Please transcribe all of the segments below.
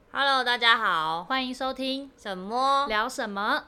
Hello， 大家好， 欢迎收听什么聊什么。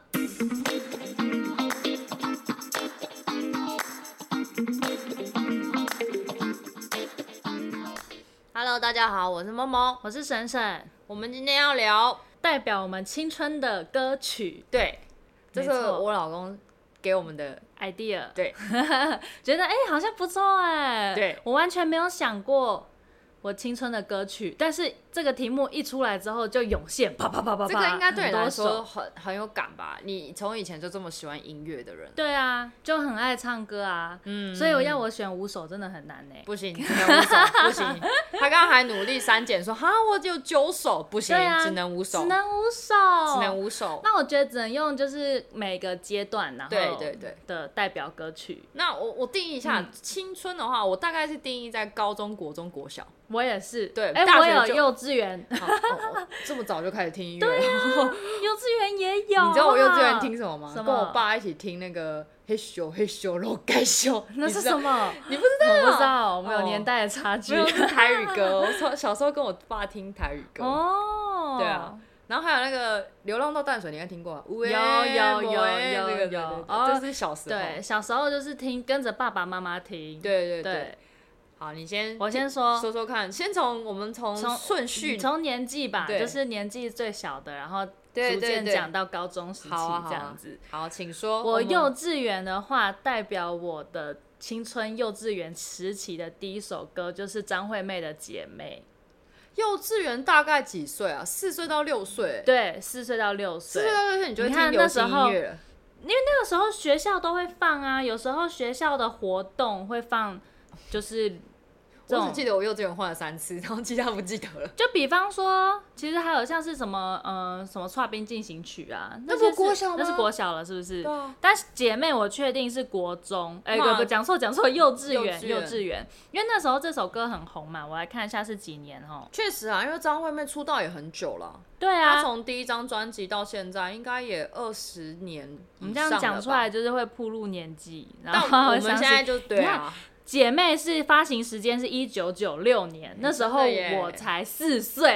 ？Hello， 大家好，我是萌萌， 我是沈沈。 我们今天要聊代表我们青春的歌曲， 对，这是我老公给我们的 idea， 对， 觉得好像不错哎， 对， 我完全没有想过我青春的歌曲，但是这个题目一出来之后就涌现，啪啪啪啪啪， 这个应该对你来说很很有感吧？你从以前就这么喜欢音乐的人， 对啊，就很爱唱歌啊，所以我选5首真的很难呢。 不行，只能5首，不行。他刚刚还努力删减说，哈，我只有9首，不行，只能5首， 只能5首。那我觉得只能用就是每个阶段，然后对的代表歌曲。 那我定义一下，青春的话，我大概是定义在高中、国中、国小。 我也是， 对， 我有幼稚园， 这么早就开始听音乐， 对啊，幼稚园也有。 你知道我幼稚园听什么吗？跟我爸一起听那个嘿咻嘿咻肉盖咻， 那是什么？ 你不知道？ 我不知道，我们有年代的差距。 没有，是台语歌。我小时候跟我爸听台语歌。哦，对啊。然后还有那个《流浪到淡水》，你应该听过吗？ 有， 这个这是小时候。 对，小时候就是跟着爸爸妈妈听。 对。好，我先说看，我们从顺序， 从年纪吧，就是年纪最小的，然后逐渐讲到高中时期这样子。 好，请说。 我幼稚园的话，代表我的青春幼稚园时期的第一首歌就是张惠妹的《姐妹》。 幼稚园大概几岁啊？4岁到6岁。 对4岁到6岁。4 岁到6岁，你就会听流行音乐了。 因为那个时候学校都会放啊，有时候学校的活动会放，就是。 我只记得我幼稚园换了3次，然后其他不记得了。 就比方说，其实还有像是什么《跨冰进行曲》啊， 那不是国小吗？ 那是国小了，是不是？ 对啊。 但是姐妹我确定是国中，讲错，幼稚园，因为那时候这首歌很红嘛。我来看一下是几年哦。 确实啊，因为张惠妹出道也很久了。 对啊。 她从第一张专辑到现在，应该也20年以上了吧。 我们这样讲出来就是会暴露年纪，然后我们现在就对啊。 姐妹是发行时间是1996年，那时候我才4岁。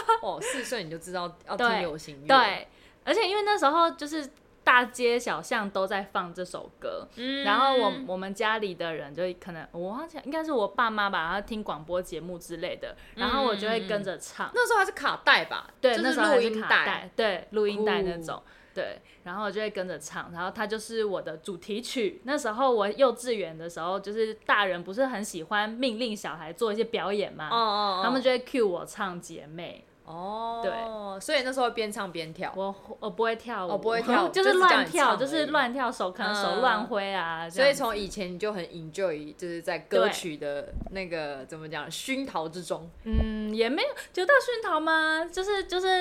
4岁你就知道要听流行乐。 对，而且因为那时候就是大街小巷都在放这首歌，然后我们家里的人就可能我好像应该是我爸妈吧，他听广播节目之类的，然后我就会跟着唱。 那时候还是卡带吧？ 对， 就是那时候还是卡带，对，录音带那种。对，然后我就会跟着唱，然后它就是我的主题曲。那时候我幼稚园的时候，就是大人不是很喜欢命令小孩做一些表演嘛，他们就会 cue 我唱《姐妹》。 对，所以那时候边唱边跳。 我不会跳舞， 不会跳， 就是乱跳，就是乱跳，可能手乱挥啊。 所以从以前你就很 enjoy， 就是在歌曲的那个怎么讲熏陶之中。 也没有到熏陶吗？就是。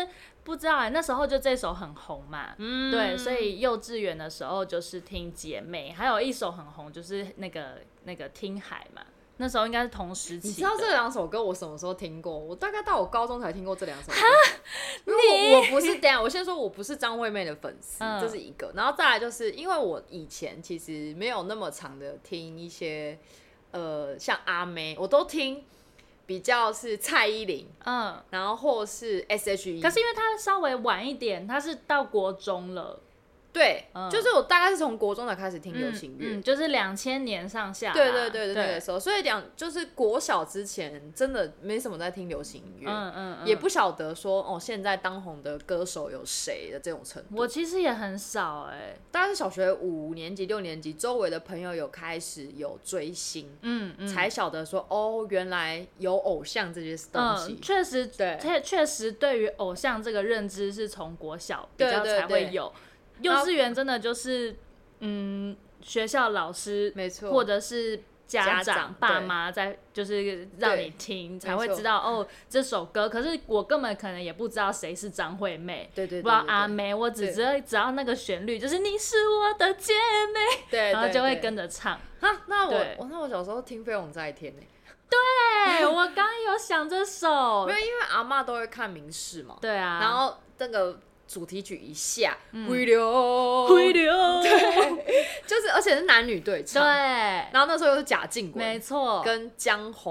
不知道那时候就这首很红嘛，对，所以幼稚园的时候就是听姐妹，还有一首很红就是那个听海嘛，那时候应该是同时期的。 你知道这2首歌我什么时候听过？我大概到我高中才听过这2首歌。我不是，等一下我先说，我不是张惠妹的粉丝，这是一个。然后再来就是因为我以前其实没有那么常的听一些像阿妹，我都听。比较是蔡依林，然后或是 S.H.E， 可是因为她稍微晚一点，她是到国中了。 对，就是我大概是从国中才开始听流行乐， 就是2000年上下。 对的时候，所以就是国小之前真的没什么在听流行乐，也不晓得说现在当红的歌手有谁的这种程度。 我其实也很少大概是小学5年级、6年级，周围的朋友有开始有追星，才晓得说原来有偶像这些东西。 确实，确实对于偶像这个认知是从国小比较才会有。幼稚园真的就是，学校老师， 没错， 或者是家长爸妈在，就是让你听，才会知道这首歌。可是我根本可能也不知道谁是张惠妹， 对， 不知道阿妹，我只要那个旋律，就是你是我的姐妹， 对， 然后就会跟着唱。 那我小时候听飞龙在天对，我刚刚有想这首， 因为阿嬷都会看民视嘛， 对啊， 然后那个。主题曲一下， 回流，对， 就是而且是男女对唱， 对， 然后那时候又是贾静雯， 没错， 跟江宏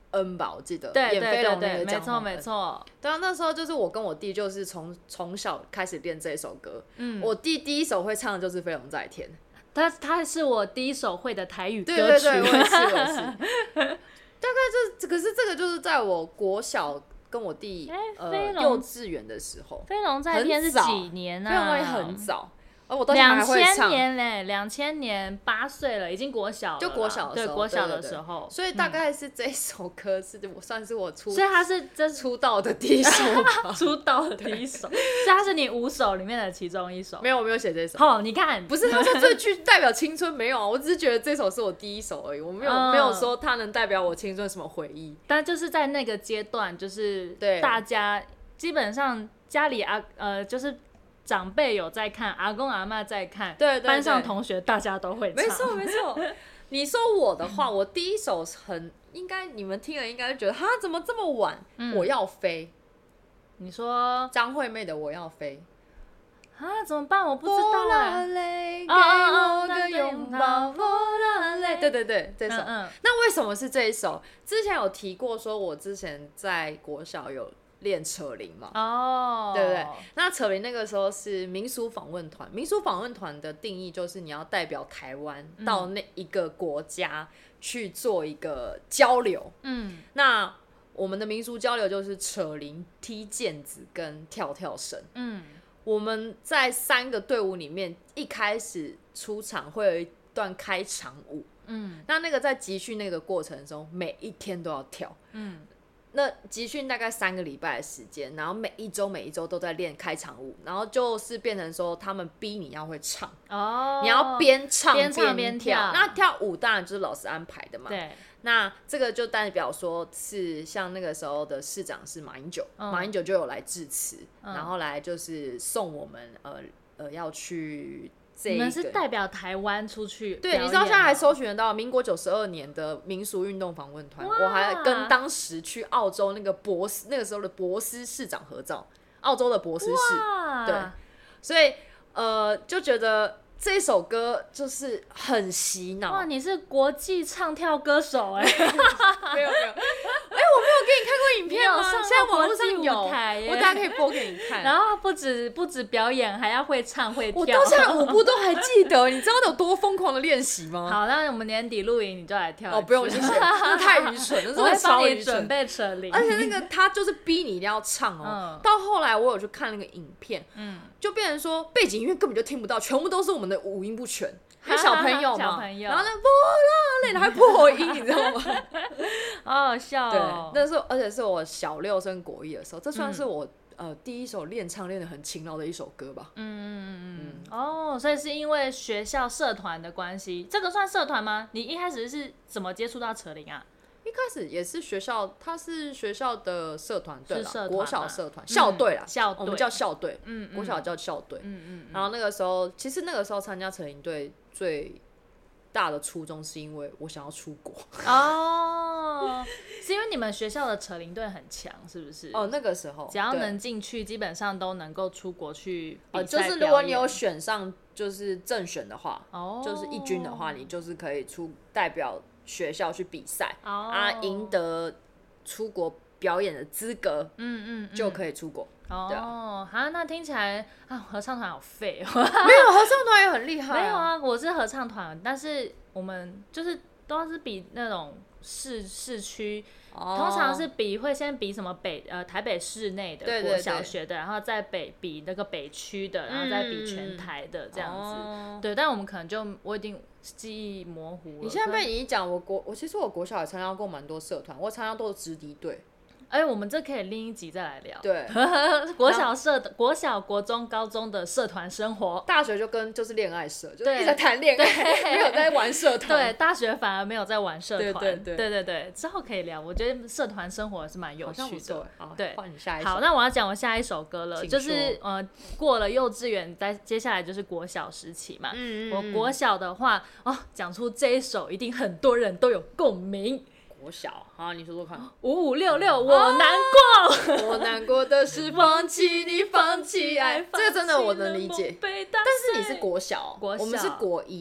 恩吧，我记得对演飞龙那个没错江宏恩没错。 对啊，那时候就是我跟我弟就是从小开始练这首歌，我弟第一首会唱的就是《飞龙在天》， 他是我第一首会的台语歌曲。 对对对，我也是。大概可是这个就是在我国小跟我弟幼稚园的时候， 飞龙在天是几年啊？ 飞龙在天很早。我到现在还会唱。 2000年嘞，2000年8岁了，已经国小了， 就国小的时候， 对，国小的时候， 所以大概是这一首歌算是我所以它是出道的第一首吧， 出道的第一首，所以它是你5首里面的其中一首。 没有，我没有写这首。 哦，你看， 不是，它是最具代表青春，没有啊，我只是觉得这首是我第一首而已，我没有说它能代表我青春什么回忆。 但就是在那个阶段，就是大家基本上家里就是长辈有在看，阿公阿嬷在看， 对， 班上同学大家都会唱。 没错没错。你说我的话，我第一首应该你们听了应该觉得哈怎么这么晚？我要飞。你说张惠妹的我要飞啊？怎么办？我不知道哎。给我个拥抱，对对对，这首。那为什么是这一首？之前有提过，说我之前在国小有练扯铃嘛，对不对？那扯铃那个时候是民俗访问团，民俗访问团的定义就是你要代表台湾到那一个国家去做一个交流。那我们的民俗交流就是扯铃、踢毽子跟跳跳绳。我们在3个队伍里面，一开始出场会有一段开场舞。那个在集训那个过程中，每一天都要跳。那集训大概3个礼拜的时间，然后每一周都在练开场舞，然后就是变成说他们逼你要会唱，你要边唱边跳。那跳舞当然就是老师安排的嘛。对。那这个就代表说是像那个时候的市长是马英九，马英九就有来致辞，然后来就是送我们要去。 你们是代表台湾出去表演？ 对，你知道现在还搜寻得到民国92年的民俗运动访问团，我还跟当时去澳洲那个那个时候的博斯市长合照，澳洲的博斯市。对，所以就觉得这首歌就是很洗脑。 哇，你是国际唱跳歌手哎！ 没有。我没有给你看过影片吗？现在网络上有，我大家可以播给你看。 然后不止表演，还要会唱会跳。 我到现在舞步都还记得，你知道有多疯狂的练习吗？ 好，那我们年底录影你就来跳。 哦，不用谢谢，那太愚蠢了， 我会帮你准备扯铃。 而且那个他就是逼你一定要唱哦。到后来我有去看那个影片，就变成说背景音乐根本就听不到，全部都是我们的五音不全。还有小朋友嘛，然后那波啦累的还破音，你知道吗？ 好好笑哦。 对，而且是我小6升国1的时候，这算是我第一首练唱练得很勤劳的一首歌吧。 哦，所以是因为学校社团的关系，这个算社团吗？你一开始是怎么接触到扯铃啊？ 一开始也是学校，它是学校的社团，对啦，国小社团，校队啦，我们叫校队，国小叫校队，然后那个时候，其实那个时候参加扯铃队最大的初衷是因为我想要出国。 哦，是因为你们学校的扯铃队很强，是不是？ 那个时候只要能进去，基本上都能够出国去比赛就是如果你有选上，就是正选的话，就是一军的话，你就是可以代表学校去比赛，赢得出国表演的资格，就可以出国。 那听起来合唱团好废哦。 没有，合唱团也很厉害。 没有啊，我是合唱团，但是我们就是都是比那种市区，通常是会先比什么台北市内的国小学的，然后再比那个北区的，然后再比全台的这样子。对，但我们可能我已经记忆模糊了。 你现在被你一讲，其实我国小也参加过蛮多社团，我参加都是直笛队。 我们这可以另一集再来聊。 对， 国小、国中、高中的社团生活， 大学就是恋爱社，就是一直在谈恋爱，没有在玩社团。 对，大学反而没有在玩社团。对，之后可以聊。我觉得社团生活是蛮有趣的。对， 换你下一首。 好，那我要讲我下一首歌了，就是过了幼稚园，接下来就是国小时期嘛。我国小的话，讲出这一首，一定很多人都有共鸣。 国小，好，你说说看。 5566，我难过， 我难过的是放弃你，放弃爱，这个真的我能理解。但是你是国小，我们是国1。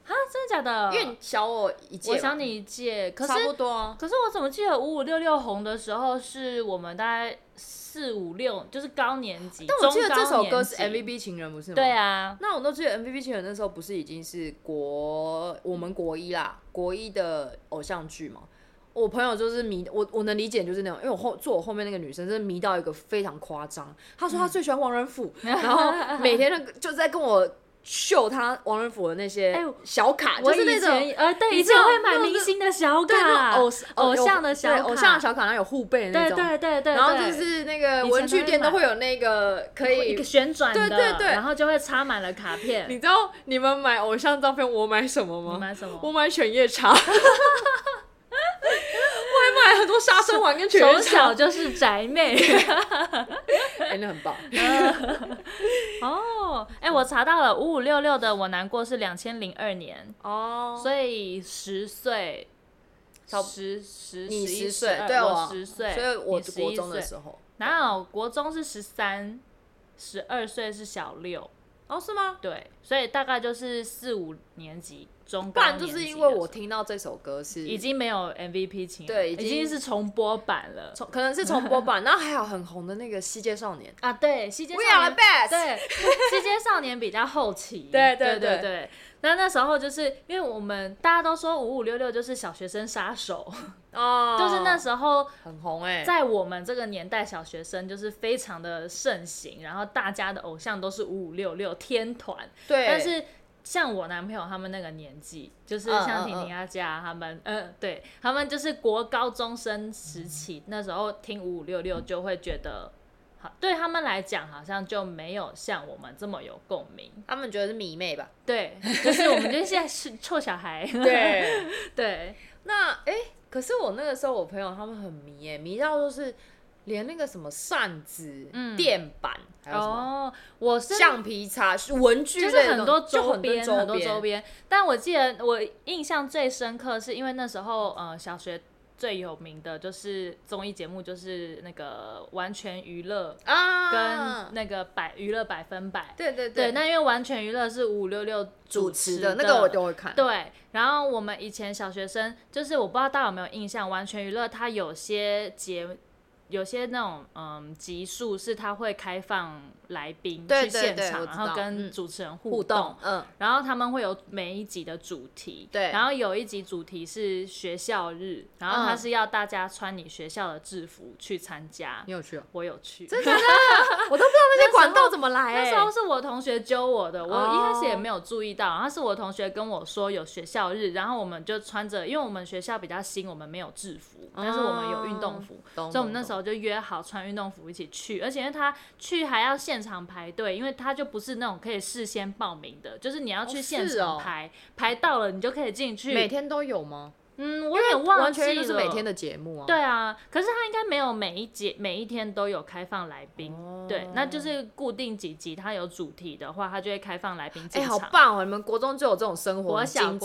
真的假的？ 因为你小我一届， 我小你1届，可是差不多啊。 可是我怎么记得5566红的时候是我们大概4、5、6，就是高年级。 但我记得这首歌是中高年级 MVP 情人，不是吗？ 对啊。 那我都记得 MVP 情人那时候不是已经是我们国一啦，国一的偶像剧嘛。我朋友就是迷我能理解，就是那种，因为坐我后面那个女生真的迷到一个非常夸张。她说她最喜欢王仁甫，然后每天就在跟我秀他王仁甫的那些小卡，就是那种对，以前会买明星的小卡，偶像的小卡， 偶像的小卡，然后有护背的那种， 对， 然后就是那个文具店都会有那个可以一个旋转的， 对， 然后就会插满了卡片。 你知道你们买偶像照片，我买什么吗？ 你买什么？ 我买犬夜叉。我还买很多杀生丸跟犬夜叉， 从小就是宅妹。 那很棒。 我查到了5566的我难过是2002年所以10岁， 你10岁，对， 我10岁， 所以我国中的时候， 哪有国中是13，12岁是小6。 是吗？ 对，所以大概就是4、5年级中高年级。不然就是因为我听到这首歌是已经没有 MVP 情人， 对， 已经是重播版了， 可能是重播版。然后还有很红的那个《西街少年》 啊，对，《西街少年》 We are the best。 对，《西街少年》比较后期。 对。 那时候就是因为我们大家都说5566就是小学生杀手就是那时候很红在我们这个年代，小学生就是非常的盛行，然后大家的偶像都是5566天团。 对， 但是像我男朋友他们那个年纪，就是像婷婷阿佳他们，对，他们就是国高中生时期，那时候听5566就会觉得。对他们来讲，好像就没有像我们这么有共鸣。 他们觉得是迷妹吧？ 对，就是我们就现在是臭小孩。对。 那可是我那个时候，我朋友他们很迷迷到就是连那个什么扇子、垫板，还有什么我是橡皮擦、文具类的， 就是很多周边， 很多周边。 但我记得我印象最深刻，是因为那时候小学。最有名的就是综艺节目，就是那个完全娱乐跟那个娱乐100%。对，那因为完全娱乐是5566主持的， 那个我都会看。 对，然后我们以前小学生，就是我不知道大家有没有印象，完全娱乐它有些那种集数是他会开放来宾去现场，然后跟主持人互动，然后他们会有每一集的主题， 对， 然后有一集主题是学校日，然后他是要大家穿你学校的制服去参加。 你有去？ 我有去， 真的，我都不知道那些管道怎么来。 那时候是我同学揪我的，我一开始也没有注意到，然后是我同学跟我说有学校日，然后我们就穿着，因为我们学校比较新，我们没有制服，但是我们有运动服，所以我们那时候就约好穿运动服一起去，而且因为他去还要现场排队，因为他就不是那种可以事先报名的，就是你要去现场排到了你就可以进去。 每天都有吗？ 我有点忘记了， 完全就是每天的节目啊。 对啊，可是他应该没有每一天都有开放来宾，对，那就是固定几集，他有主题的话，他就会开放来宾进场。 好棒哦！你们国中就有这种生活， 国小这么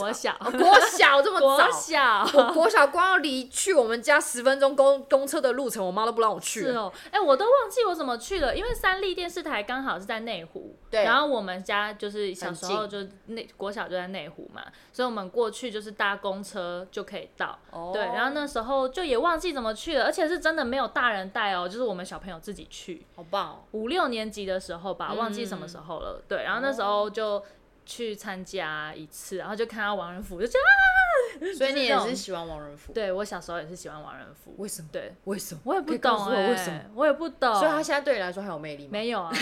早， 我国小光要离去我们家10分钟公车的路程，我妈都不让我去。 是哦，我都忘记我怎么去了，因为三立电视台刚好是在内湖，对，然后我们家就是小时候就国小就在内湖嘛，所以我们过去就是搭公车就可以到。对，然后那时候就也忘记怎么去了，而且是真的没有大人带哦，就是我们小朋友自己去。 好棒哦 ！5、6年级的时候吧，忘记什么时候了。对，然后那时候就去参加一次，然后就看到王仁甫，就觉得所以你也是喜欢王仁甫？ 对，我小时候也是喜欢王仁甫。 为什么？ 对， 为什么？ 我也不懂为什么？ 我也不懂。 所以他现在对你来说还有魅力吗？ 没有啊。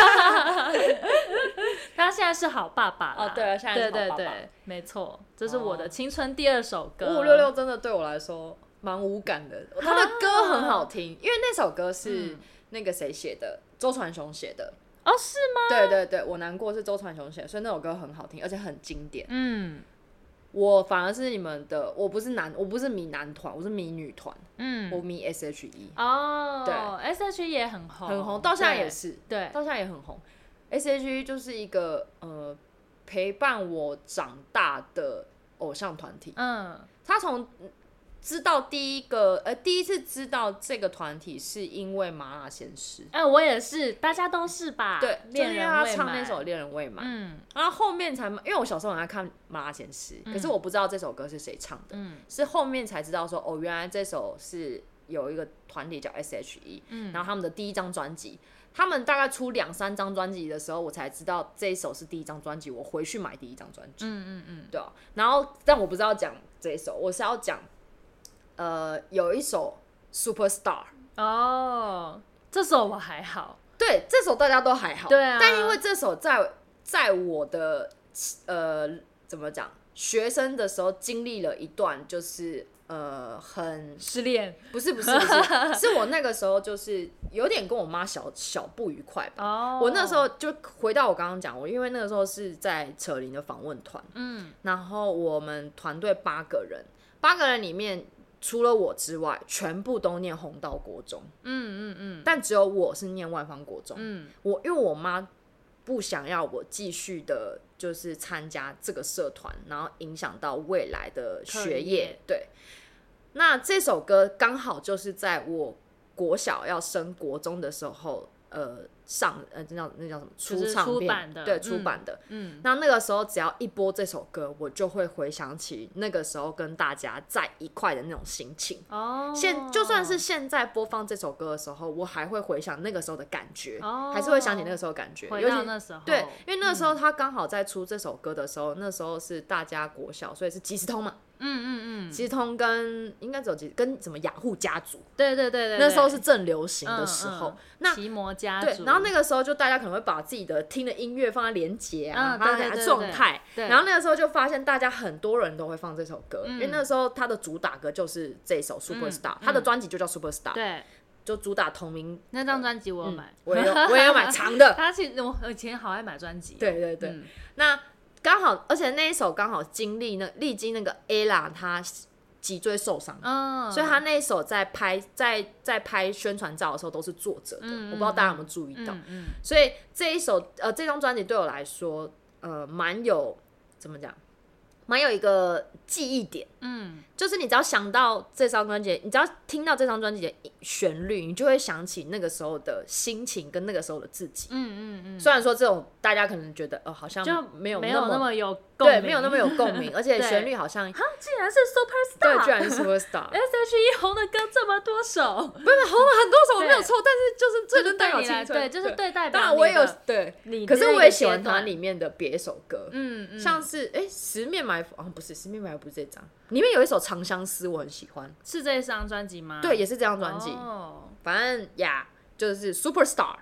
他现在是好爸爸了。 对，现在是好爸爸。 对，没错，这是我的青春第2首歌。 5566真的对我来说蛮无感的，他的歌很好听，因为那首歌是那个谁写的，周传雄写的。 是吗？ 对，我难过是周传雄写的，所以那首歌很好听，而且很经典。我反而是你们的，我不是迷男团，我是迷女团。我迷 SHE。 对 ，SHE 也很红， 很红，到现在也是。 对， 到现在也很红。SHE 就是一个陪伴我长大的偶像团体。他从知道第一次知道这个团体是因为麻辣鲜师。 我也是，大家都是吧？ 对， 恋人未满， 就是因为他唱那首《恋人未满》，然后后面才，因为我小时候很爱看麻辣鲜师，可是我不知道这首歌是谁唱的，是后面才知道说，哦，原来这首是有一个团体叫 S.H.E，然后他们的第一张专辑。他们大概出2-3张专辑的时候，我才知道这一首是第一张专辑。我回去买第一张专辑，对啊。然后，但我不是要讲这一首，我是要讲，有一首 Superstar。 哦，这首我还好。 对，这首大家都还好。 对啊。 但因为这首在我的怎么讲，学生的时候经历了一段就是很失恋， 不是，是我那个时候就是有点跟我妈小不愉快吧。我那时候就回到我刚刚讲，我因为那个时候是在扯铃的访问团，然后我们团队8个人里面除了我之外，全部都念弘道国中，但只有我是念万芳国中，因为我妈不想要我继续的，就是参加这个社团，然后影响到未来的学业，对。那这首歌刚好就是在我国小要升国中的时候，那叫什么出唱片，对，出版的。那个时候只要一播这首歌，我就会回想起那个时候跟大家在一块的那种心情。就算是现在播放这首歌的时候，我还会回想那个时候的感觉，还是会想起那个时候的感觉。 回到那时候， 对，因为那个时候他刚好在出这首歌的时候，那时候是大家国小，所以是即时通嘛。即时通跟应该只有跟什么雅虎家族， 对， 那时候是正流行的时候。那奇摩家族， 对，然后那个时候就大家可能会把自己的听的音乐放在连结啊，放在状态。然后那个时候就发现大家很多人都会放这首歌，因为那时候他的主打歌就是这首 Superstar，他的专辑就叫 Superstar， 对， 就主打同名。 那张专辑我有买， 我也有买长的。 他其实我以前好爱买专辑， 对，那。刚好，而且那一首刚好历经那个 Ella 她脊椎受伤，所以她那一首在拍宣传照的时候都是坐着的，我不知道大家有没有注意到。所以这一首这张专辑对我来说，蛮有怎么讲，蛮有一个记忆点。就是你只要想到这张专辑，你只要听到这张专辑的旋律，你就会想起那个时候的心情跟那个时候的自己。虽然说这种大家可能觉得好像没有那么有共鸣， 对，没有那么有共鸣，而且旋律好像竟然是 Superstar， 对，居然是 Superstar。 S.H.E 红的歌这么多首， 不是红了很多首，我没有错，但是就是最能代表青春， 对，就是对代表。 当然我也有对，可是我也喜欢它里面的别首歌，像是十面埋伏不是十面埋伏，不是这张，里面有一首长相思我很喜欢， 是这张专辑吗？ 对，也是这张专辑。反正就是 Superstar。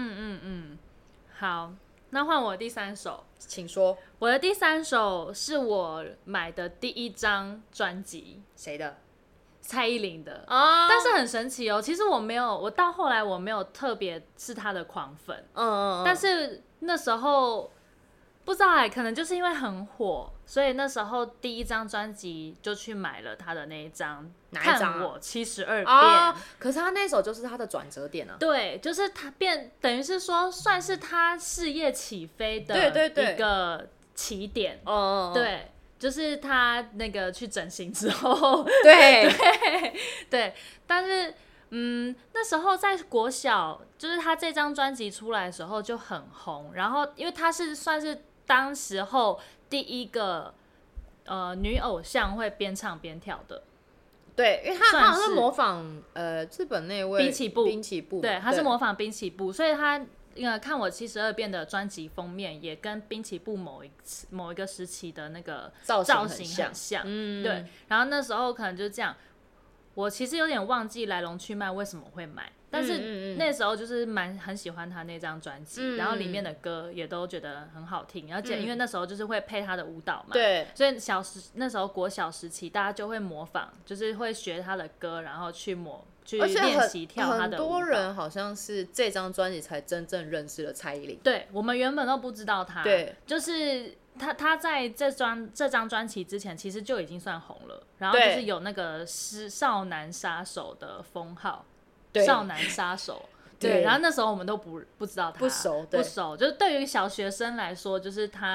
好，那换我第3首， 请说。 我的第3首是我买的第1张专辑， 谁的？ 蔡依林的。但是很神奇哦，其实我到后来我没有特别是她的狂粉，但是那时候不知道可能就是因为很火，所以那时候第1张专辑就去买了她的那一张。 哪一张？ 看我72遍。 可是他那首就是他的转折点啊。 对，就是他等于是说算是他事业起飞的一个起点。对，就是他那个去整形之后。对，但是那时候在国小，就是他这张专辑出来的时候就很红，然后因为他是算是当时候第一个女偶像会边唱边跳的。 对，因为他好像是模仿日本那位滨崎步， 对，他是模仿滨崎步，所以他看我72遍的专辑封面也跟滨崎步某一个时期的那个造型很像。对，然后那时候可能就这样，我其实有点忘记来龙去脉为什么会买，但是那时候就是很喜欢他那张专辑，然后里面的歌也都觉得很好听，而且因为那时候就是会配他的舞蹈嘛， 对， 所以那时候国小时期大家就会模仿，就是会学他的歌，然后去练习跳他的舞蹈。 很多人好像是这张专辑才真正认识了蔡依林， 对，我们原本都不知道他， 对， 就是他在这张专辑之前其实就已经算红了，然后就是有那个少男杀手的封号，少男杀手。对，然后那时候我们都不知道他，不熟，就是对于小学生来说，就是他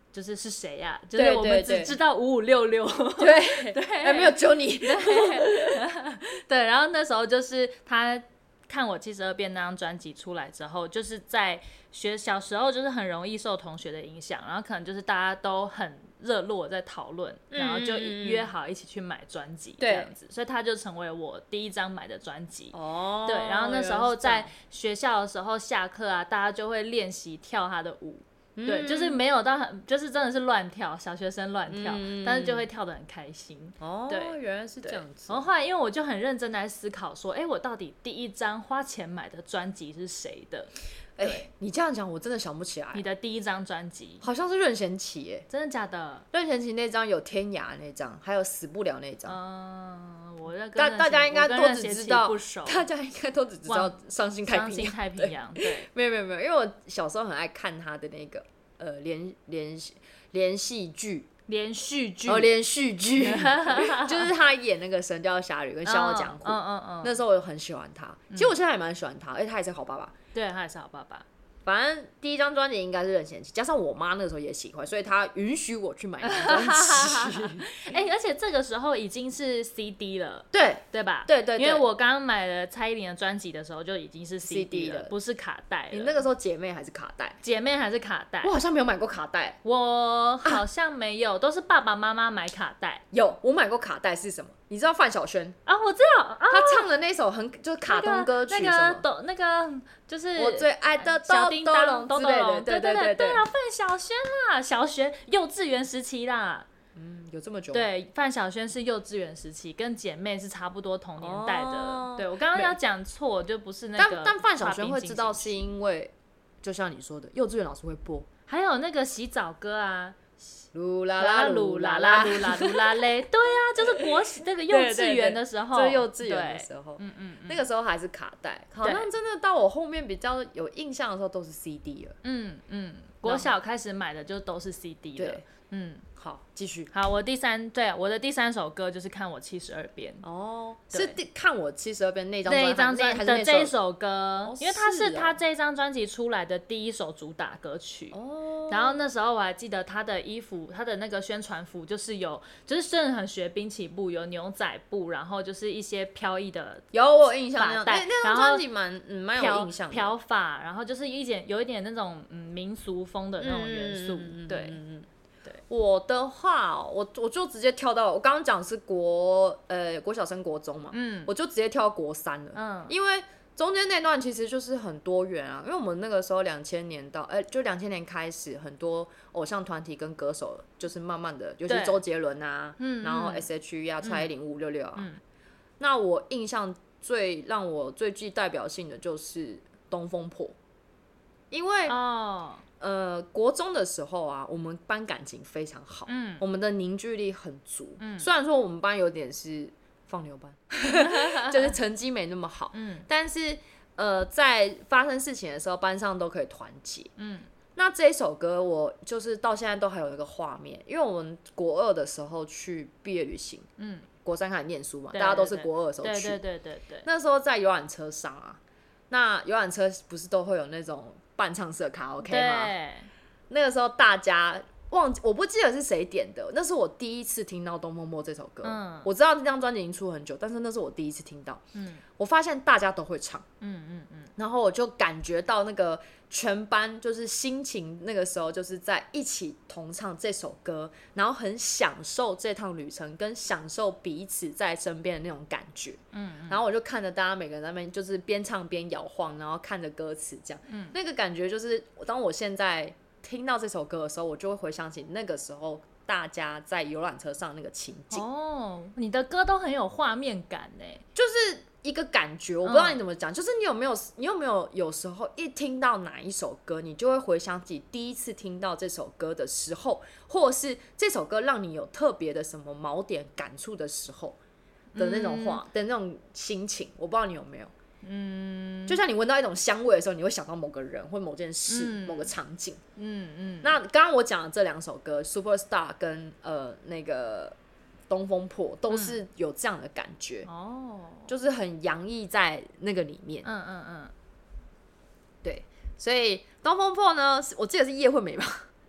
就是谁呀、就是我们只知道5566， 对对， 还没有揪你， 对，然后那时候就是他看我72变那张专辑出来之后，就是在小时候就是很容易受同学的影响，然后可能就是大家都很热络在讨论，然后就约好一起去买专辑这样子，所以他就成为我第一张买的专辑。对，然后那时候在学校的时候下课啊，大家就会练习跳他的舞。对，就是没有到很，就是真的是乱跳，小学生乱跳，但是就会跳得很开心。对， 原来是这样子。 然后后来，因为我就很认真在思考说，我到底第一张花钱买的专辑是谁的？ 你这样讲，我真的想不起来。 你的第一张专辑好像是任贤齐， 真的假的？ 任贤齐那张有天涯那张，还有死不了那张。 我大家应该都只知道， 大家应该都只知道伤心太平洋。对， 没有，因为我小时候很爱看他的那个连续剧，就是他演那个《神雕侠侣》跟《笑傲江湖》，那时候我很喜欢他。其实我现在还蛮喜欢他，而且他也是好爸爸。 对，他也是好爸爸。 反正第一张专辑应该是任贤齐，加上我妈那个时候也喜欢，所以她允许我去买那张专辑。 而且这个时候已经是 CD 了，对吧？ 对， 因为我刚刚买了蔡依林的专辑的时候就已经是 CD 了，不是卡带了。 你那个时候姐妹还是卡带？ 姐妹还是卡带？ 我好像没有买过卡带， 我好像没有，都是爸爸妈妈买卡带。 有，我买过卡带是什么？你知道范晓萱啊？我知道， 她唱的那首就是卡通歌曲， 那个就是我最爱的小叮当之类的， 对啊，范晓萱啦，小学幼稚园时期啦。 有这么久？ 对，范晓萱是幼稚园时期，跟姐妹是差不多同年代的。对，我刚刚要讲错，就不是那个。 但范晓萱会知道是因为，就像你说的，幼稚园老师会播， 还有那个洗澡歌啊。 噜啦啦噜啦啦噜啦噜啦嘞，对啊，就是那个幼稚园的时候， 就是幼稚园的时候，那个时候还是卡带，好像真的到我后面比较有印象的时候都是 CD 了， 国小开始买的就都是 CD 了， 好，继续。 好，我的第三首歌就是看我72遍。 是看我72遍那张专辑的这一首歌，因为它是他这张专辑出来的第一首主打歌曲。然后那时候我还记得他的衣服，他的那个宣传服就是真的很学滨崎步，有牛仔布，然后就是一些飘逸的我有印象发带， 那张专辑蛮有印象的， 飘发，然后就是有一点那种民俗风的那种元素，对。 我的话，我就直接跳到我刚刚讲是国小升国中嘛，我就直接跳到国3了，因为中间那段其实就是很多元啊，因为我们那个时候2000年就2000年开始，很多偶像团体跟歌手就是慢慢的，尤其周杰伦啊，然后 S.H.E 啊，蔡依林5566啊，那我印象让我最具代表性的就是东风破，因为国中的时候啊，我们班感情非常好，我们的凝聚力很足，虽然说我们班有点是放牛班，就是成绩没那么好，但是在发生事情的时候，班上都可以团结，那这一首歌我就是到现在都还有一个画面，因为我们国2的时候去毕业旅行，国3开始念书嘛，大家都是国2的时候去，对，那时候在游览车上啊，那游览车不是都会有那种伴唱式的卡拉 OK 吗？那个时候大家我不记得是谁点的，那是我第一次听到《东风破》这首歌。我知道这张专辑已经出很久，但是那是我第一次听到。我发现大家都会唱。然后我就感觉到那个全班就是心情，那个时候就是在一起同唱这首歌，然后很享受这趟旅程，跟享受彼此在身边的那种感觉。然后我就看着大家每个人在那边就是边唱边摇晃，然后看着歌词这样。那个感觉就是，当我现在听到这首歌的时候，我就会回想起那个时候大家在游览车上那个情景。 你的歌都很有画面感呢， 就是一个感觉，我不知道你怎么讲，就是你有没有有时候一听到哪一首歌，你就会回想起第一次听到这首歌的时候，或者是这首歌让你有特别的什么锚点感触的时候的那种的那种心情，我不知道你有没有。就像你闻到一种香味的时候，你会想到某个人或某件事、某个场景。那刚刚我讲的这2首歌《Superstar》跟那个《东风破》都是有这样的感觉，就是很洋溢在那个里面。对，所以《东风破》呢，我记得是叶惠美吧？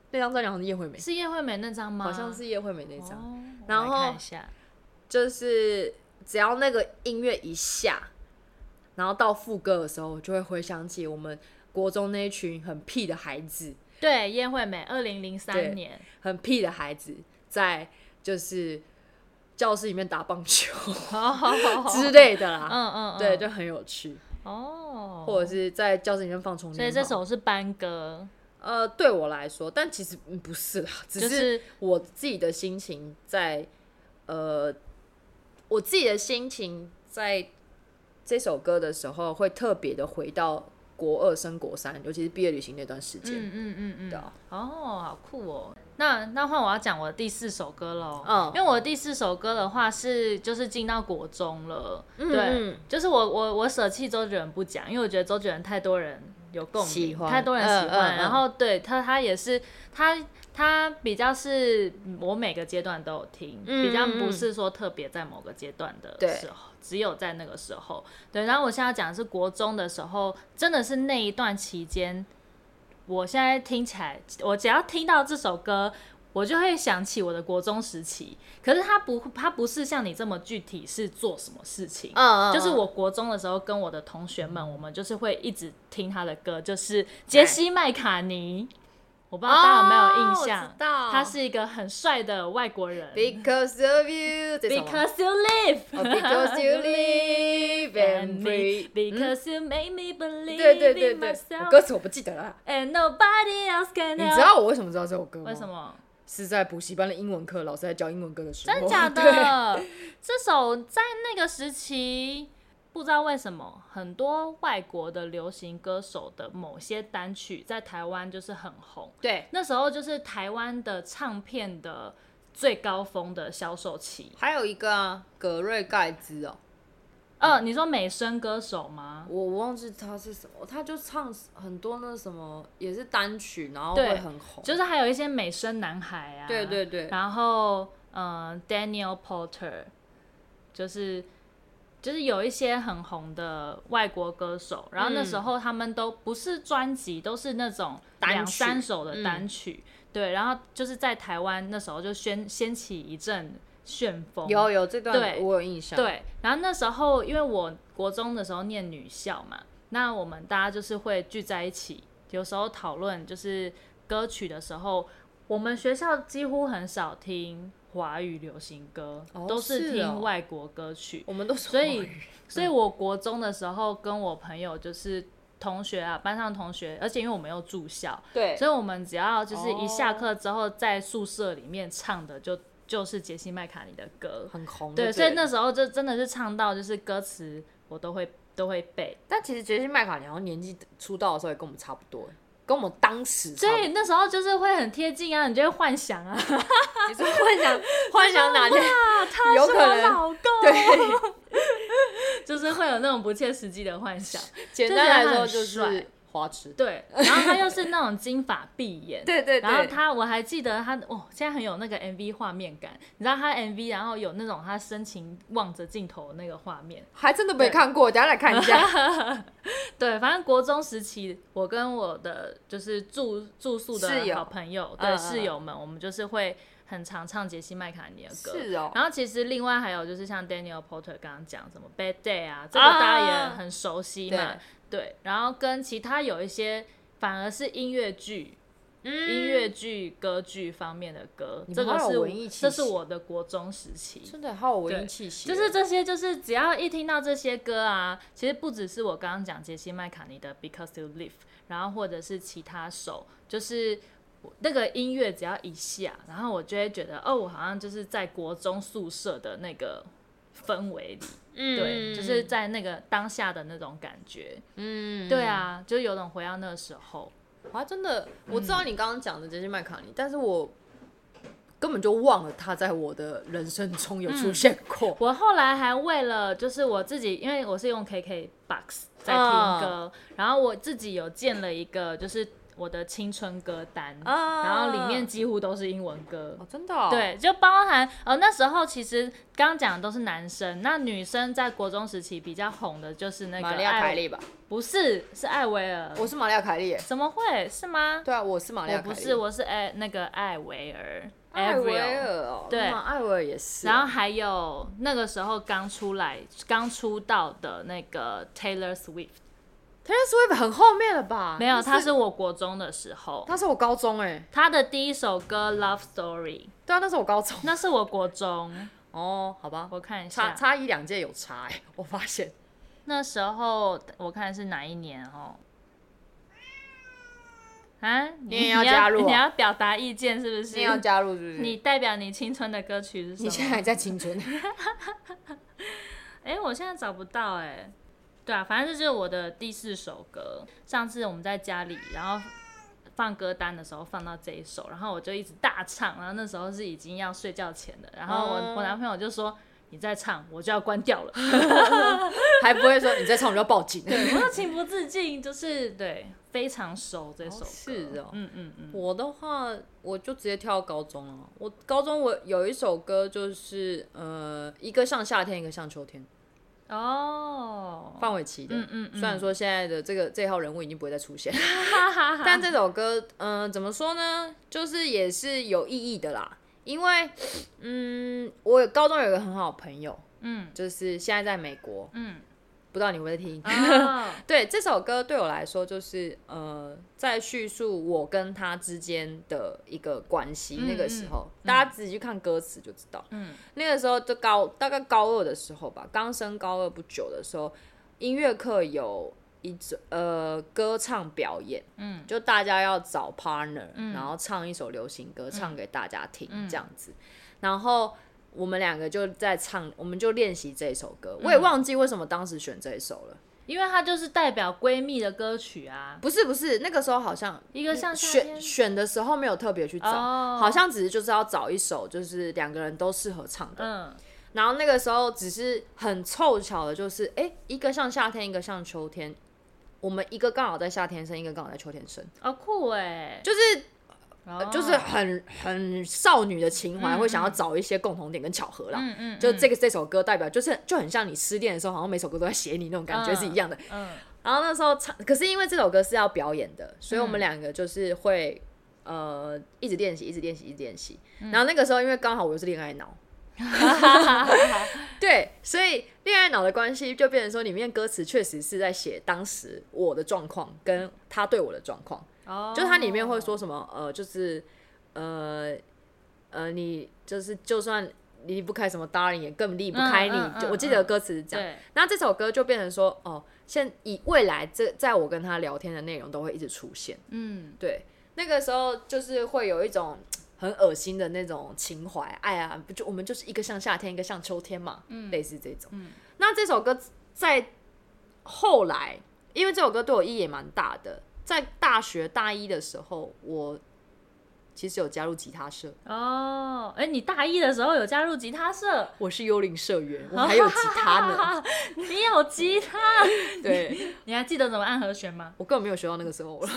那张专辑好像是叶惠美， 是叶惠美那张吗？ 好像是叶惠美那张。 然后看一下，就是只要那个音乐一下，然后到副歌的时候，就会回想起我们国中那一群很屁的孩子。 对，叶惠美2003年， 很屁的孩子在就是教室里面打棒球之类的啦。对，就很有趣或者是在教室里面放充电宝。 所以这首是班歌。 对我来说，但其实不是啦，只是我自己的心情在我自己的心情在这首歌的时候，会特别的回到国2升国3，尤其是毕业旅行那段时间。对啊。 好酷哦。那换我要讲我的第4首歌喽。因为我的第4首歌的话就是进到国中了。对，就是我舍弃周杰伦不讲，因为我觉得周杰伦太多人有共鸣，太多人喜欢。然后对他也是他比较是我每个阶段都有听，比较不是说特别在某个阶段的时候，只有在那个时候。对，然后我现在讲的是国中的时候，真的是那一段期间，我现在听起来，我只要听到这首歌，我就会想起我的国中时期。可是它不是像你这么具体是做什么事情。就是我国中的时候跟我的同学们，我们就是会一直听他的歌，就是杰西麦卡尼。我不知道大家有没有印象？他是一个很帅的外国人。 Because of you, because you live, because you live and breathe, because you make me believe in myself. 歌词我不记得了。 And nobody else can help. 你知道我为什么知道这首歌吗？ 为什么？ 是在补习班的英文课，老师在教英文歌的时候。 真假的？这首在那个时期。不知道为什么，很多外国的流行歌手的某些单曲在台湾就是很红。 对， 那时候就是台湾的唱片的最高峰的销售期。 还有一个葛瑞盖兹你说美声歌手吗？ 我忘记他是什么，他就唱很多那什么，也是单曲，然后会很红。 就是还有一些美声男孩啊。 对对对。 然后Daniel Porter，就是有一些很红的外国歌手，然后那时候他们都不是专辑，都是那种2-3首的单曲。对，然后就是在台湾那时候就掀起一阵旋风。 有这段我有印象。 对，然后那时候因为我国中的时候念女校嘛，那我们大家就是会聚在一起，有时候讨论就是歌曲的时候，我们学校几乎很少听华语流行歌，都是听外国歌曲。 我们都是华语。 所以我国中的时候跟我朋友就是同学啊，班上同学，而且因为我们又住校， 对， 所以我们只要就是一下课之后在宿舍里面唱的就是杰西麦卡尼的歌， 很红。 对，所以那时候就真的是唱到就是歌词我都会背。 但其实杰西麦卡尼好像年纪出道的时候也跟我们差不多。跟我们当时， 所以那时候就是会很贴近啊，你就会幻想啊， 你说幻想哪天他是我老公， 对， 就是会有那种不切实际的幻想。 简单来说就是花痴。 对，然后他又是那种金发碧眼， 对对对。 然后我还记得他现在很有那个 MV 画面感，你知道他 MV 然后有那种他深情望着镜头的那个画面， 还真的没看过，等一下来看一下。 对，反正国中时期，我跟我的就是住宿的好朋友，对室友们，我们就是会很常唱杰西麦卡尼的歌。 是哦。 然后其实另外还有就是像 Daniel Porter 刚刚讲什么 Bad Day 啊，这个大家也很熟悉嘛。对，然后跟其他有一些反而是音乐剧、歌剧方面的歌，这是我的国中时期， 真的好有文艺气息。 就是这些，就是只要一听到这些歌啊，其实不只是我刚刚讲杰西麦卡尼的 Because You Live， 然后或者是其他首，就是那个音乐只要一下，然后我就会觉得我好像就是在国中宿舍的那个氛围里。对，就是在那个当下的那种感觉。对啊，就有种回到那个时候。 我还真的，我知道你刚刚讲的杰西麦卡尼，但是我根本就忘了他在我的人生中有出现过。 我后来还为了就是我自己，因为我是用 KKBOX 在听歌，然后我自己有建了一个就是我的青春歌单，然后里面几乎都是英文歌。 真的哦。 对，就包含那时候其实刚刚讲的都是男生，那女生在国中时期比较红的就是那个玛利亚凯莉吧？ 不是，是艾薇儿。 我是玛利亚凯莉耶。 怎么会？是吗？ 对啊，我是玛利亚凯莉。 我不是，我是那个艾薇儿。 艾薇儿哦， 对， 艾薇儿也是。 然后还有那个时候刚出道的那个 Taylor Swift。Taylor Swift 很后面了吧？ 没有，他是我国中的时候。 他是我高中哎。 他的第一首歌《Love Story》。 对啊，那是我高中。 那是我国中。 哦，好吧， 我看一下， 差1-2届有差哎，我发现。 那时候我看是哪一年哦？啊， 你也要加入？ 你要表达意见是不是？ 你也要加入是不是？ 你代表你青春的歌曲是什么？ 你现在还在青春？ 我现在找不到哎。对啊，反正这就是我的第4首歌。上次我们在家里，然后放歌单的时候放到这一首，然后我就一直大唱，然后那时候是已经要睡觉前的，然后我男朋友就说你再唱我就要关掉了， 还不会说你再唱我就要报警。 对，我就情不自禁，就是对非常熟这首歌。 是哦，我的话我就直接跳到高中了。我高中我有一首歌就是一个像夏天，一个像秋天。范玮琪的。虽然说现在的这号人物已经不会再出现，但这首歌怎么说呢，就是也是有意义的啦。因为我高中有一个很好的朋友，就是现在在美国，不知道你会不会听。对，这首歌对我来说就是在叙述我跟他之间的一个关系。那个时候大家自己去看歌词就知道。那个时候就大概高2的时候吧，刚升高2不久的时候，音乐课有歌唱表演，就大家要找 partner，然后唱一首流行歌，唱给大家听这样子。然后我们2个就在唱，我们就练习这首歌。我也忘记为什么当时选这一首了， 因为它就是代表闺蜜的歌曲啊。 不是，那个时候好像一个像选的时候没有特别去找，好像只是就是要找一首就是2个人都适合唱的。然后那个时候只是很凑巧的，就是一个像夏天，一个像秋天。我们一个刚好在夏天生，一个刚好在秋天生。 酷哎！ 就是很少女的情怀，会想要找一些共同点跟巧合啦。就这首歌代表就很像你失恋的时候，好像每首歌都在写你那种感觉是一样的。然后那时候唱，可是因为这首歌是要表演的，所以我们2个就是会一直练习，一直练习，一直练习。然后那个时候因为刚好我又是恋爱脑。对，所以恋爱脑的关系就变成说，里面歌词确实是在写当时我的状况跟他对我的状况。就是它里面会说什么就是你就是就算离不开什么 darling 也更离不开你。我记得歌词是这样。那这首歌就变成说以未来在我跟他聊天的内容都会一直出现。对，那个时候就是会有一种很恶心的那种情怀，我们就是一个像夏天，一个像秋天嘛，类似这种。那这首歌在后来，因为这首歌对我意义也蛮大的，在大学大1的时候，我其实有加入吉他社。 你大1的时候有加入吉他社？ 我是幽灵社员，我还有吉他呢。 你有吉他？ 对， 你还记得怎么按和弦吗？ 我根本没有学到那个时候了。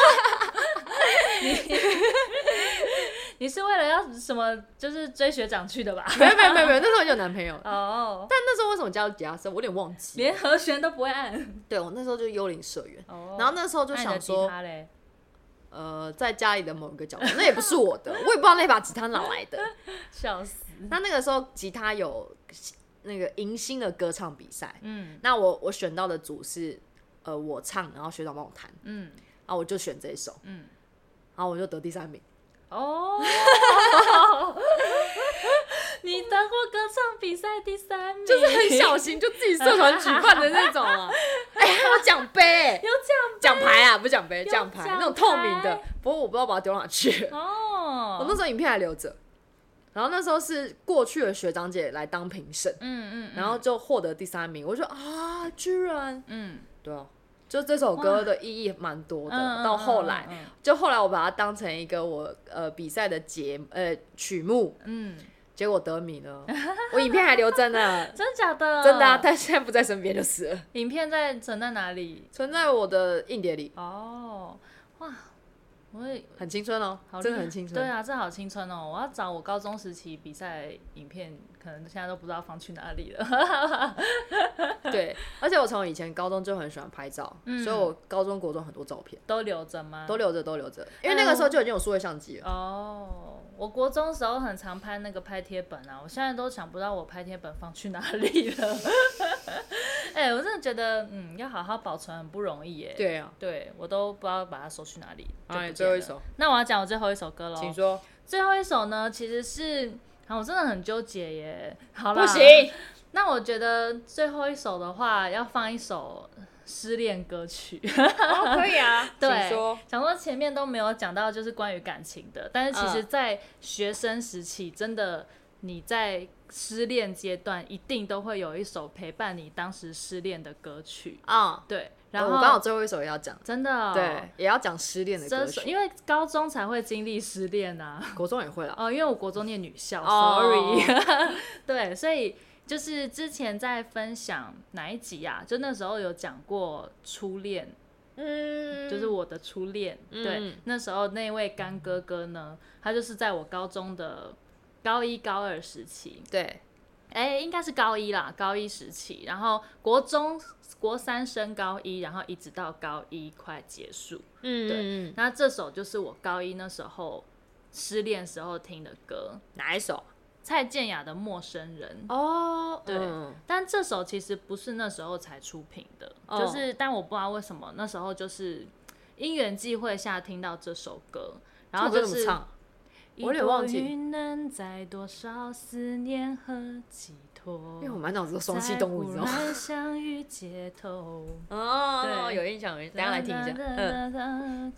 你是为了要什么？就是追学长去的吧？ 没有，那时候就有男朋友。但那时候为什么加入吉他社，我有点忘记。 连和弦都不会按。对， 我那时候就是幽灵社员。然后那时候就想说，在家里的某一个角落，那也不是我的，我也不知道那把吉他哪来的。 笑死。 那个时候吉他有那个迎新的歌唱比赛。那我选到的组是我唱，然后学长帮我弹。然后我就选这一首。然后我就得第3名。 你得过歌唱比赛第3名， 就是很小型，就自己社团举办的那种啊。还有奖杯， 有奖牌啊，不是奖杯，奖牌那种透明的。不过我不知道把它丢哪去。我那时候影片还留着。然后那时候是过去的学长姐来当评审，然后就获得第3名。我就居然，对啊。就这首歌的意义蛮多的。到后来，我把它当成一个我比赛的曲目，结果得名了。我影片还留着呢。 真假的？ 真的啊，但现在不在身边就是了。 影片存在哪里？ 存在我的硬碟里。 哇， 我会很青春哦，真的很青春。 对啊，这好青春哦！我要找我高中时期比赛影片，可能现在都不知道放去哪里了。 对，而且我从以前高中就很喜欢拍照，所以我高中国中很多照片都留着吗？ 都留着，因为那个时候就已经有数位相机了。 哦，我国中时候很常拍那个拍贴本啊，我现在都想不到我拍贴本放去哪里了。我真的觉得，要好好保存很不容易耶。 对啊， 对我都不知道把它收去哪里。 最后一首， 那我要讲我最后一首歌喽。 请说。 最后一首呢，其实是，我真的很纠结耶。好啦， 不行。 那我觉得最后一首的话，要放一首失恋歌曲。 可以啊。 对， 说想说前面都没有讲到就是关于感情的，但是其实在学生时期，真的你在失恋阶段一定都会有一首陪伴你当时失恋的歌曲。对。然后我刚好最后一首也要讲， 真的对，也要讲失恋的歌曲， 因为高中才会经历失恋啊， 国中也会啦。 因为我国中念女校，sorry。对，所以就是之前在分享哪一集啊？就那时候有讲过初恋，就是我的初恋。对，那时候那位干哥哥呢，他就是在我高中的高一、高二时期。 对。 应该是高一啦，高一时期，然后国中、国三升高一，然后一直到高一快结束。对。那这首就是我高一那时候失恋时候听的歌。 哪一首？ 蔡健雅的《陌生人》。对。但这首其实不是那时候才出品的，就是但我不知道为什么那时候就是因缘际会下听到这首歌，然后就是。 我有点忘记。 云能载多少思念和寄托？ 因为我满脑子都双栖动物，你知道吗？ 相遇街头。 对，有印象，等一下来听一下。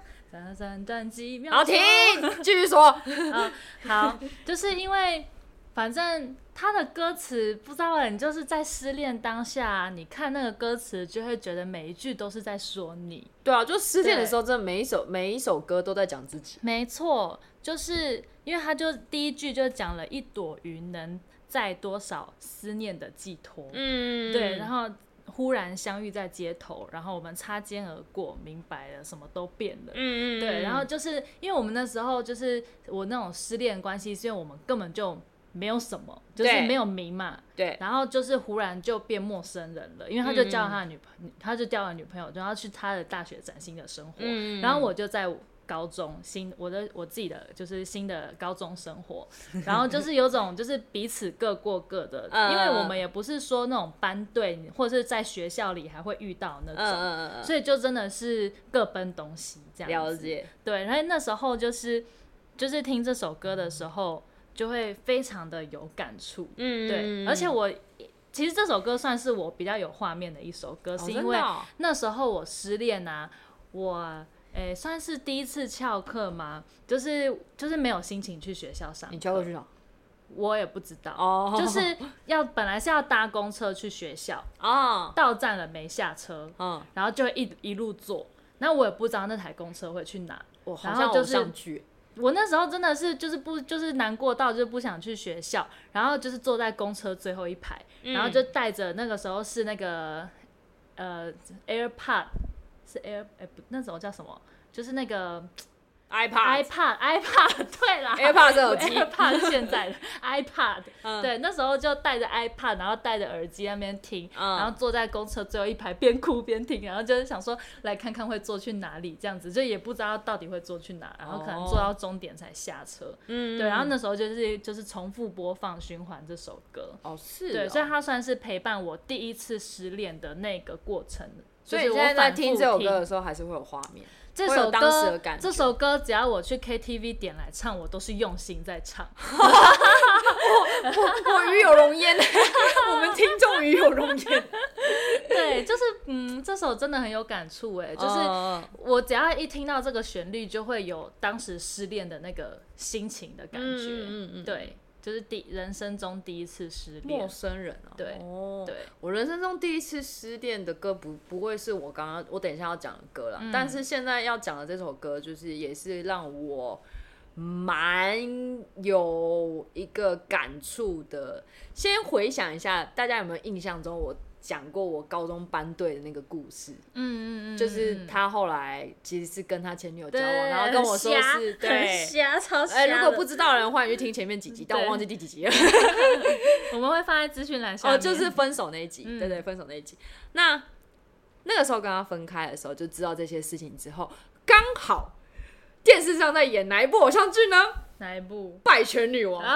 好， 停，继续说。 好，就是因为反正他的歌词不知道你就是在失恋当下，你看那个歌词就会觉得每一句都是在说你。 对啊，就失恋的时候，真的每一首歌都在讲自己。 没错。就是因为他就第一句就讲了一朵云能载多少思念的寄托。对，然后忽然相遇在街头，然后我们擦肩而过，明白了什么都变了。对，然后就是因为我们那时候就是我那种失恋关系，是因为我们根本就没有什么，就是没有名嘛。 对。 然后就是忽然就变陌生人了，因为他就交了他的女朋友，他就交了女朋友，然后去他的大学崭新的生活。然后我就在高中我自己的就是新的高中生活，然后就是有种就是彼此各过各的，因为我们也不是说那种班队或者是在学校里还会遇到那种，所以就真的是各奔东西这样子。 了解。 对，然后那时候就是听这首歌的时候，就会非常的有感触。对，而且其实这首歌算是我比较有画面的一首歌，是因为那时候我失恋啊，我。算是第一次翘课吗？就是没有心情去学校上课。 你翘课去哪？ 我也不知道。就是本来是要搭公车去学校。到站了没下车。然后就一路坐，然后我也不知道那台公车会去哪。 然后就是我那时候真的是就是难过到就是不想去学校，然后就是坐在公车最后一排，然后就带着那个时候是那个AirPod。是那种叫什么？就是那个 iPad， 对啦 ，AirPod 是耳机 ，AirPod 是现在的 iPad，对，那时候就带着 iPad， 然后带着耳机在那边听，然后坐在公车最后一排边哭边听，然后就是想说来看看会坐去哪里，这样子就也不知道到底会坐去哪，然后可能坐到终点才下车，对，然后那时候就是重复播放循环这首歌， 是， 对，所以它算是陪伴我第一次失恋的那个过程。 所以你现在在听这首歌的时候，还是会有画面。 这首歌只要我去 KTV 点来唱，我都是用心在唱。 我与有荣焉，我们听众与有荣焉。 对，就是这首真的很有感触哎，就是我只要一听到这个旋律，就会有当时失恋的那个心情的感觉。对。就是人生中第一次失恋， 陌生人啊。 对，对， 我人生中第一次失恋的歌不会是我等一下要讲的歌啦，但是现在要讲的这首歌，就是也是让我蛮有一个感触的。先回想一下，大家有没有印象中我讲过我高中班队的那个故事，就是他后来其实是跟他前女友交往，然后跟我说是对瞎超瞎如果不知道的人欢迎去听前面几集，但我忘记第几集了。 我们会放在资讯栏下面。 就是分手那一集，对对，分手那一集。那个时候跟他分开的时候，就知道这些事情之后，刚好电视上在演哪一部偶像剧呢？ 哪一部？ 拜权女王。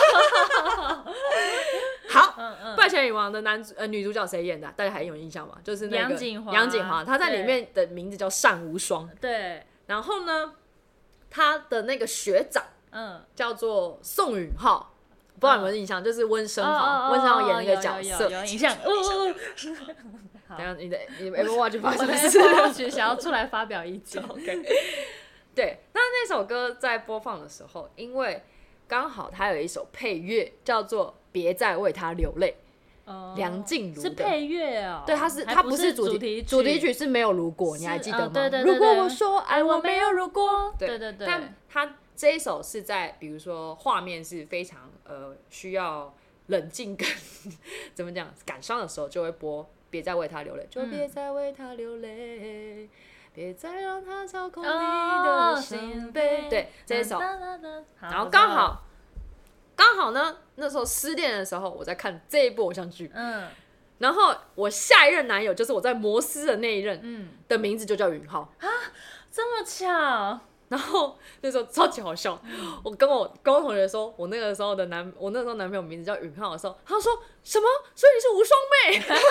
好，拜权女王的女主角谁演的大家还有印象吗？就是那个杨谨华，她在里面的名字叫单无双。 对。 然后呢，她的那个学长，叫做宋允浩，不知道有没有印象？就是温升豪，温升豪演那个角色， 有印象。 等下你的 Apple Watch 发生什么事？想要出来发表意见。 OK。对，那首歌在播放的时候，因为刚好它有一首配乐叫做《别再为他流泪》，梁静茹是配乐哦。 对，它不是主题曲是没有如果，你还记得吗？ 对， 如果我说爱我没有如果， 对。 但它这一首是在比如说画面是非常需要冷静跟怎么讲感伤的时候，就会播《别再为他流泪》，就别再为他流泪。别再让他操控你的心扉。对，这一首。然后刚好呢，那时候失恋的时候，我在看这一部偶像剧。然后我下一任男友就是我在摩斯的那一任，的名字就叫允浩。 这么巧。 然后那时候超级好笑，我跟我同学说，我那时候男朋友名字叫允浩的时候，他说什么？所以你是无双妹？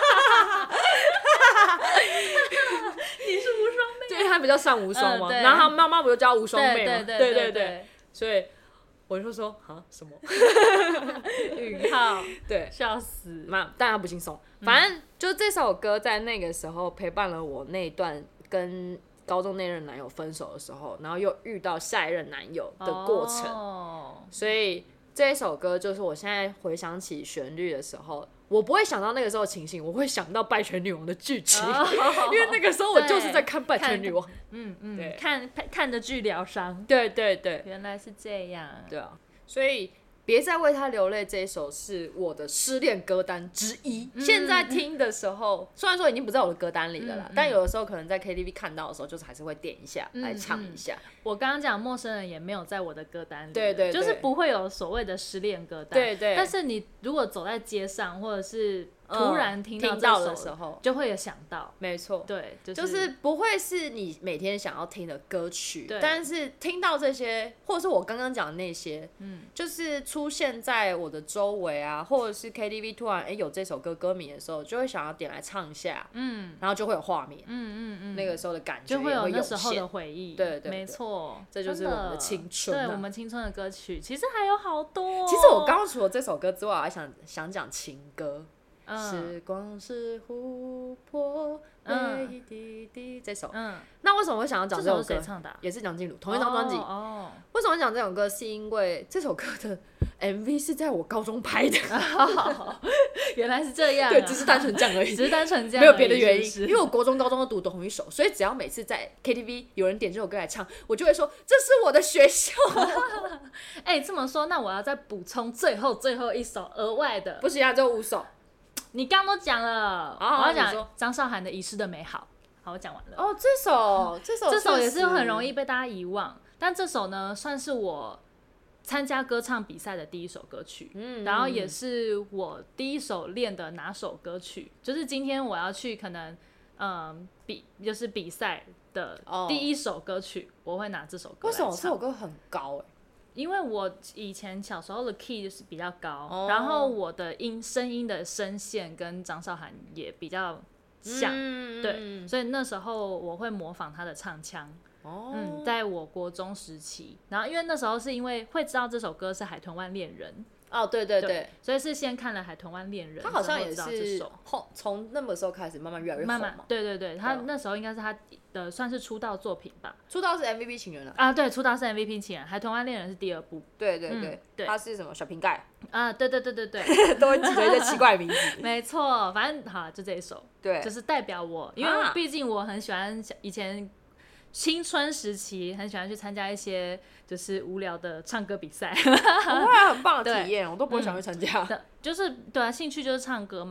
你是无双妹？ 对，他比较像无双嘛。然后他妈妈不就叫无双妹吗？对。所以我就说什么？ 允浩， 对， 笑死。 但他不姓宋。反正就这首歌在那个时候陪伴了我那一段跟高中那任男友分手的时候，然后又遇到下一任男友的过程，所以这一首歌就是我现在回想起旋律的时候，我不会想到那个时候的情形，我会想到拜权女王的剧情，因为那个时候我就是在看拜权女王， 对，看着剧疗伤， 对， 原来是这样， 对啊，所以别再为他流泪这一首是我的失恋歌单之一。现在听的时候，虽然说已经不在我的歌单里了啦，但有的时候可能在 KTV 看到的时候，就是还是会点一下来唱一下。 我刚刚讲陌生人也没有在我的歌单里， 对， 就是不会有所谓的失恋歌单， 对。 但是你如果走在街上，或者是突然听到这首的时候， 就会有想到， 没错， 对， 就是不会是你每天想要听的歌曲，但是听到这些，或者是我刚刚讲的那些，就是出现在我的周围啊，或者是 KTV 突然有这首歌名的时候，就会想要点来唱一下，然后就会有画面，那个时候的感觉就会有那时候涌现的回忆， 对， 没错， 这就是我们的青春， 对，我们青春的歌曲，其实还有好多。 其实我刚刚除了这首歌之外，我还想讲情歌。时光是琥珀，每一滴滴这首。那为什么会想要讲这首歌？ 这首是谁唱的？ 也是梁静茹，同一张专辑。为什么讲这首歌？是因为这首歌的 MV 是在我高中拍的。 原来是这样。 对，只是单纯这样而已。 只是单纯这样， 没有别的原因。因为我国中、高中都读同一首，所以只要每次在 KTV 有人点这首歌来唱，我就会说这是我的学校。 这么说，那我要再补充最后一首额外的。 不行啊，只有5首。 你刚都讲了，我要讲张韶涵的《遗失的美好》。好，我讲完了。 这首也是很容易被大家遗忘，但这首呢，算是我参加歌唱比赛的第一首歌曲，然后也是我第一首练的哪首歌曲，就是今天我要去可能就是比赛的第一首歌曲，我会拿这首歌来唱。 为什么这首歌很高因为我以前小时候的 key 就是比较高，然后我的声音的声线跟张韶涵也比较像，对，所以那时候我会模仿她的唱腔。在我国中时期，然后因为那时候是因为会知道这首歌是海豚湾恋人。 对， 所以是先看了《海豚湾恋人》， 他好像也是从那个时候开始慢慢越来越红嘛。 对，他那时候应该是他的算是出道作品吧。 出道是 MVP 情人啊，对，出道是 MVP 情人，《海豚湾恋人》是第2部。 对，他是什么小瓶盖啊？对，都会记得一些奇怪的名字。 没错，反正好就这一首， 对， 就是代表我，因为毕竟我很喜欢以前。青春时期很喜欢去参加一些就是无聊的唱歌比赛， 不会很棒的体验，我都不会想去参加。 就是对啊，兴趣就是唱歌嘛，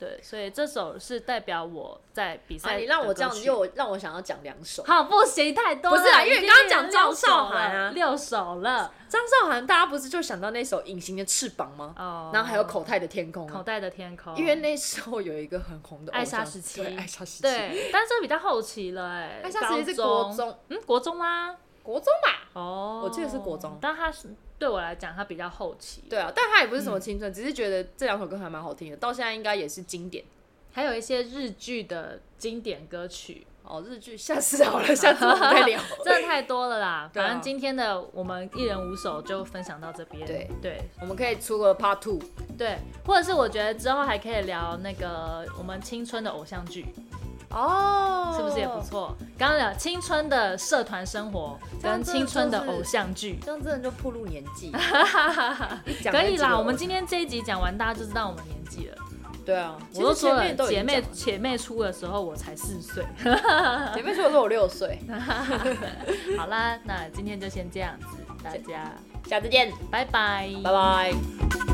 对，所以这首是代表我在比赛的歌曲。 你让我这样又让我想要讲2首。 好，不行，太多了。 不是啊，因为你刚刚讲张韶涵啊 ，6首了。 张韶涵，大家不是就想到那首《隐形的翅膀》吗？然后还有口袋的天空。 口袋的天空。 因为那时候有一个很红的艾莎时期， 对，艾莎时期。 对，但是这比较后期了哎。 艾莎时期是国中， 国中吗？ 国中吧。我记得是国中。 但他是对我来讲，他比较后期。 对啊，但他也不是什么青春，只是觉得这2首歌还蛮好听的，到现在应该也是经典。 还有一些日剧的经典歌曲。 日剧下次好了，下次我们再聊。 真的太多了啦，反正今天的我们1人5首就分享到这边。对， 我们可以出个 Part 2。 对，或者是我觉得之后还可以聊那个我们青春的偶像剧。是不是也不错？刚刚聊青春的社团生活跟青春的偶像剧， 这样真的就暴露年纪。 可以啦，我们今天这一集讲完，大家就知道我们年纪了。 对啊， 我都说了，姐妹出的时候我才4岁， 姐妹出的时候我6岁。 好啦，那今天就先这样子，大家下次见， 拜拜， 拜拜。